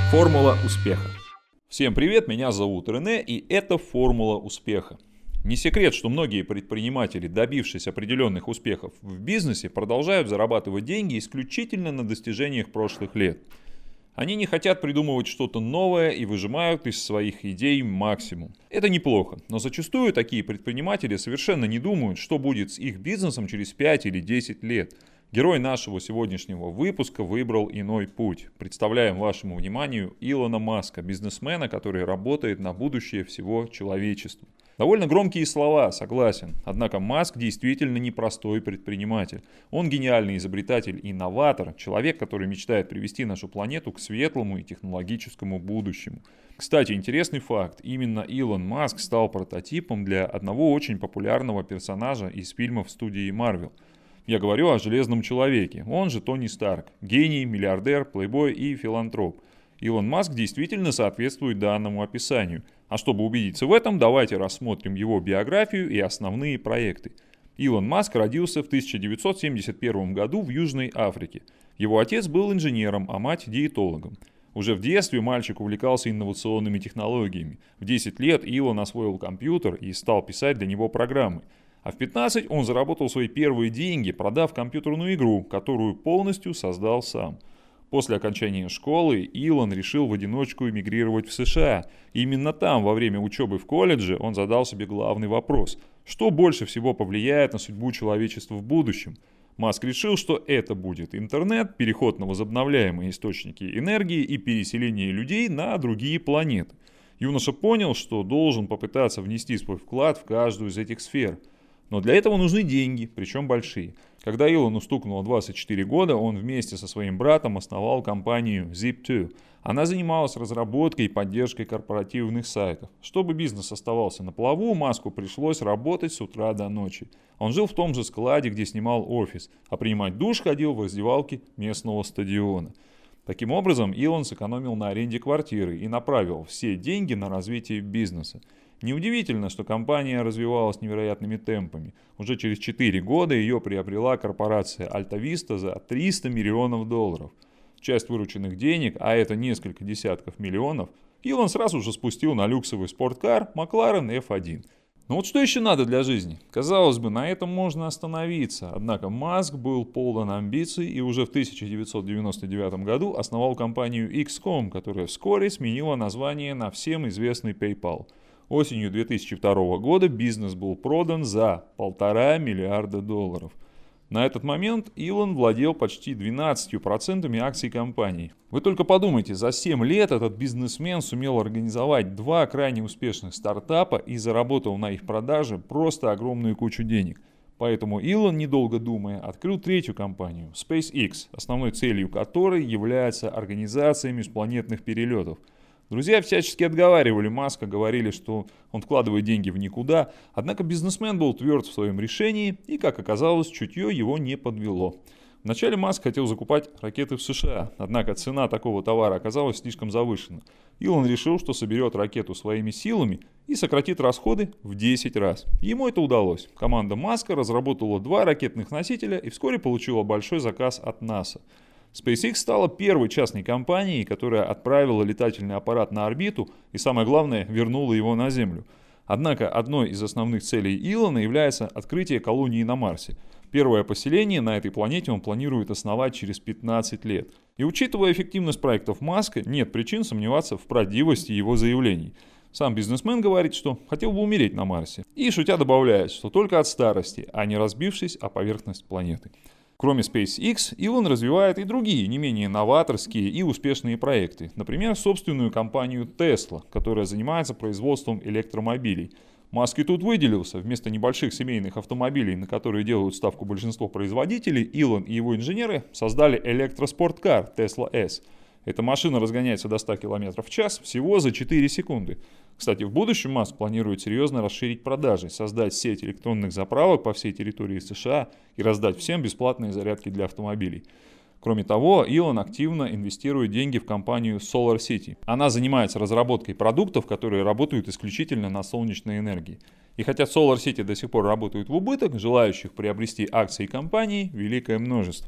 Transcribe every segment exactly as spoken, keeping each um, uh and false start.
Формула успеха. Всем привет, меня зовут Рене, и это формула успеха. Не секрет, что многие предприниматели, добившись определенных успехов в бизнесе, продолжают зарабатывать деньги исключительно на достижениях прошлых лет. Они не хотят придумывать что-то новое и выжимают из своих идей максимум. Это неплохо, но зачастую такие предприниматели совершенно не думают, что будет с их бизнесом через пять или десять лет. Герой нашего сегодняшнего выпуска выбрал иной путь. Представляем вашему вниманию Илона Маска, бизнесмена, который работает на будущее всего человечества. Довольно громкие слова, согласен. Однако Маск действительно непростой предприниматель. Он гениальный изобретатель и инноватор, человек, который мечтает привести нашу планету к светлому и технологическому будущему. Кстати, интересный факт. Именно Илон Маск стал прототипом для одного очень популярного персонажа из фильмов студии Marvel. Я говорю о Железном Человеке, он же Тони Старк, гений, миллиардер, плейбой и филантроп. Илон Маск действительно соответствует данному описанию. А чтобы убедиться в этом, давайте рассмотрим его биографию и основные проекты. Илон Маск родился в тысяча девятьсот семьдесят первом году в Южной Африке. Его отец был инженером, а мать диетологом. Уже в детстве мальчик увлекался инновационными технологиями. В десять лет Илон освоил компьютер и стал писать для него программы. А в пятнадцать он заработал свои первые деньги, продав компьютерную игру, которую полностью создал сам. После окончания школы Илон решил в одиночку эмигрировать в США. И именно там, во время учебы в колледже, он задал себе главный вопрос: что больше всего повлияет на судьбу человечества в будущем? Маск решил, что это будет интернет, переход на возобновляемые источники энергии и переселение людей на другие планеты. Юноша понял, что должен попытаться внести свой вклад в каждую из этих сфер. Но для этого нужны деньги, причем большие. Когда Илону стукнуло двадцать четыре года, он вместе со своим братом основал компанию зип два. Она занималась разработкой и поддержкой корпоративных сайтов. Чтобы бизнес оставался на плаву, Маску пришлось работать с утра до ночи. Он жил в том же складе, где снимал офис, а принимать душ ходил в раздевалке местного стадиона. Таким образом, Илон сэкономил на аренде квартиры и направил все деньги на развитие бизнеса. Неудивительно, что компания развивалась невероятными темпами. Уже через четыре года ее приобрела корпорация Альта Виста за триста миллионов долларов. Часть вырученных денег, а это несколько десятков миллионов, Илон сразу же спустил на люксовый спорткар Макларен эф один. Но вот что еще надо для жизни? Казалось бы, на этом можно остановиться. Однако Маск был полон амбиций и уже в тысяча девятьсот девяносто девятом году основал компанию икс ком, которая вскоре сменила название на всем известный PayPal. Осенью две тысячи второго года бизнес был продан за полтора миллиарда долларов. На этот момент Илон владел почти двенадцатью процентами акций компании. Вы только подумайте, за семь лет этот бизнесмен сумел организовать два крайне успешных стартапа и заработал на их продаже просто огромную кучу денег. Поэтому Илон, недолго думая, открыл третью компанию – SpaceX, основной целью которой является организация межпланетных перелетов. Друзья всячески отговаривали Маска, говорили, что он вкладывает деньги в никуда, однако бизнесмен был тверд в своем решении и, как оказалось, чутье его не подвело. Вначале Маск хотел закупать ракеты в США, однако цена такого товара оказалась слишком завышена. Илон решил, что соберет ракету своими силами и сократит расходы в десять раз. Ему это удалось. Команда Маска разработала два ракетных носителя и вскоре получила большой заказ от НАСА. SpaceX стала первой частной компанией, которая отправила летательный аппарат на орбиту и, самое главное, вернула его на Землю. Однако одной из основных целей Илона является открытие колонии на Марсе. Первое поселение на этой планете он планирует основать через пятнадцать лет. И учитывая эффективность проектов Маска, нет причин сомневаться в правдивости его заявлений. Сам бизнесмен говорит, что хотел бы умереть на Марсе. И шутя добавляет, что только от старости, а не разбившись о поверхность планеты. Кроме SpaceX, Илон развивает и другие, не менее новаторские и успешные проекты. Например, собственную компанию Tesla, которая занимается производством электромобилей. Маск и тут выделился. Вместо небольших семейных автомобилей, на которые делают ставку большинство производителей, Илон и его инженеры создали электроспорткар Tesla S. Эта машина разгоняется до ста километров в час всего за четыре секунды. Кстати, в будущем Маск планирует серьезно расширить продажи, создать сеть электронных заправок по всей территории США и раздать всем бесплатные зарядки для автомобилей. Кроме того, Илон активно инвестирует деньги в компанию SolarCity. Она занимается разработкой продуктов, которые работают исключительно на солнечной энергии. И хотя SolarCity до сих пор работают в убыток, желающих приобрести акции компании великое множество.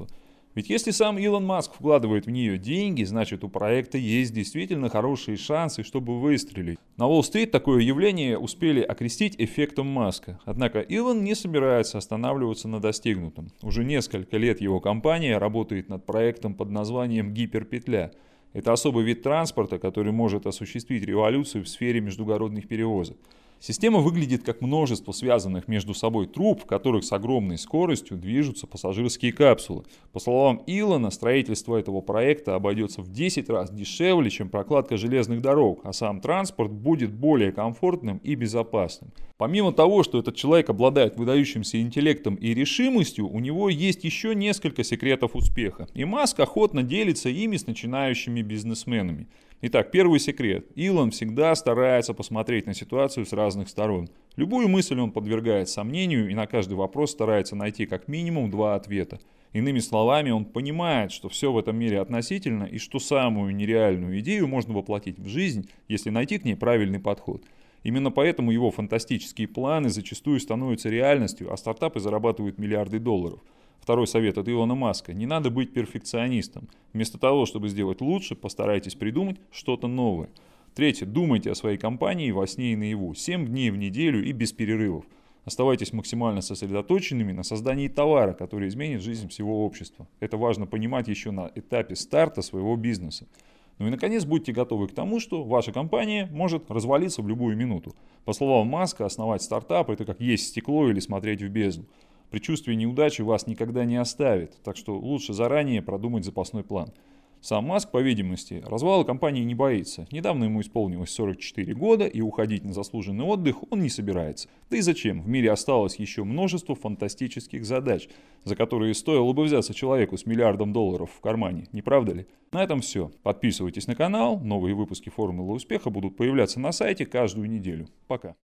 Ведь если сам Илон Маск вкладывает в нее деньги, значит у проекта есть действительно хорошие шансы, чтобы выстрелить. На Уолл-стрит такое явление успели окрестить эффектом Маска. Однако Илон не собирается останавливаться на достигнутом. Уже несколько лет его компания работает над проектом под названием «Гиперпетля». Это особый вид транспорта, который может осуществить революцию в сфере междугородных перевозок. Система выглядит как множество связанных между собой труб, в которых с огромной скоростью движутся пассажирские капсулы. По словам Илона, строительство этого проекта обойдется в десять раз дешевле, чем прокладка железных дорог, а сам транспорт будет более комфортным и безопасным. Помимо того, что этот человек обладает выдающимся интеллектом и решимостью, у него есть еще несколько секретов успеха. И Маск охотно делится ими с начинающими бизнесменами. Итак, первый секрет. Илон всегда старается посмотреть на ситуацию с разных сторон. Любую мысль он подвергает сомнению и на каждый вопрос старается найти как минимум два ответа. Иными словами, он понимает, что все в этом мире относительно и что самую нереальную идею можно воплотить в жизнь, если найти к ней правильный подход. Именно поэтому его фантастические планы зачастую становятся реальностью, а стартапы зарабатывают миллиарды долларов. Второй совет от Илона Маска. Не надо быть перфекционистом. Вместо того, чтобы сделать лучше, постарайтесь придумать что-то новое. Третье. Думайте о своей компании во сне и наяву. семь дней в неделю и без перерывов. Оставайтесь максимально сосредоточенными на создании товара, который изменит жизнь всего общества. Это важно понимать еще на этапе старта своего бизнеса. Ну и, наконец, будьте готовы к тому, что ваша компания может развалиться в любую минуту. По словам Маска, основать стартап – это как есть стекло или смотреть в бездну. Предчувствие неудачи вас никогда не оставит, так что лучше заранее продумать запасной план. Сам Маск, по видимости, развала компании не боится. Недавно ему исполнилось сорок четыре года, и уходить на заслуженный отдых он не собирается. Да и зачем? В мире осталось еще множество фантастических задач, за которые стоило бы взяться человеку с миллиардом долларов в кармане, не правда ли? На этом все. Подписывайтесь на канал, новые выпуски «Формулы успеха» будут появляться на сайте каждую неделю. Пока.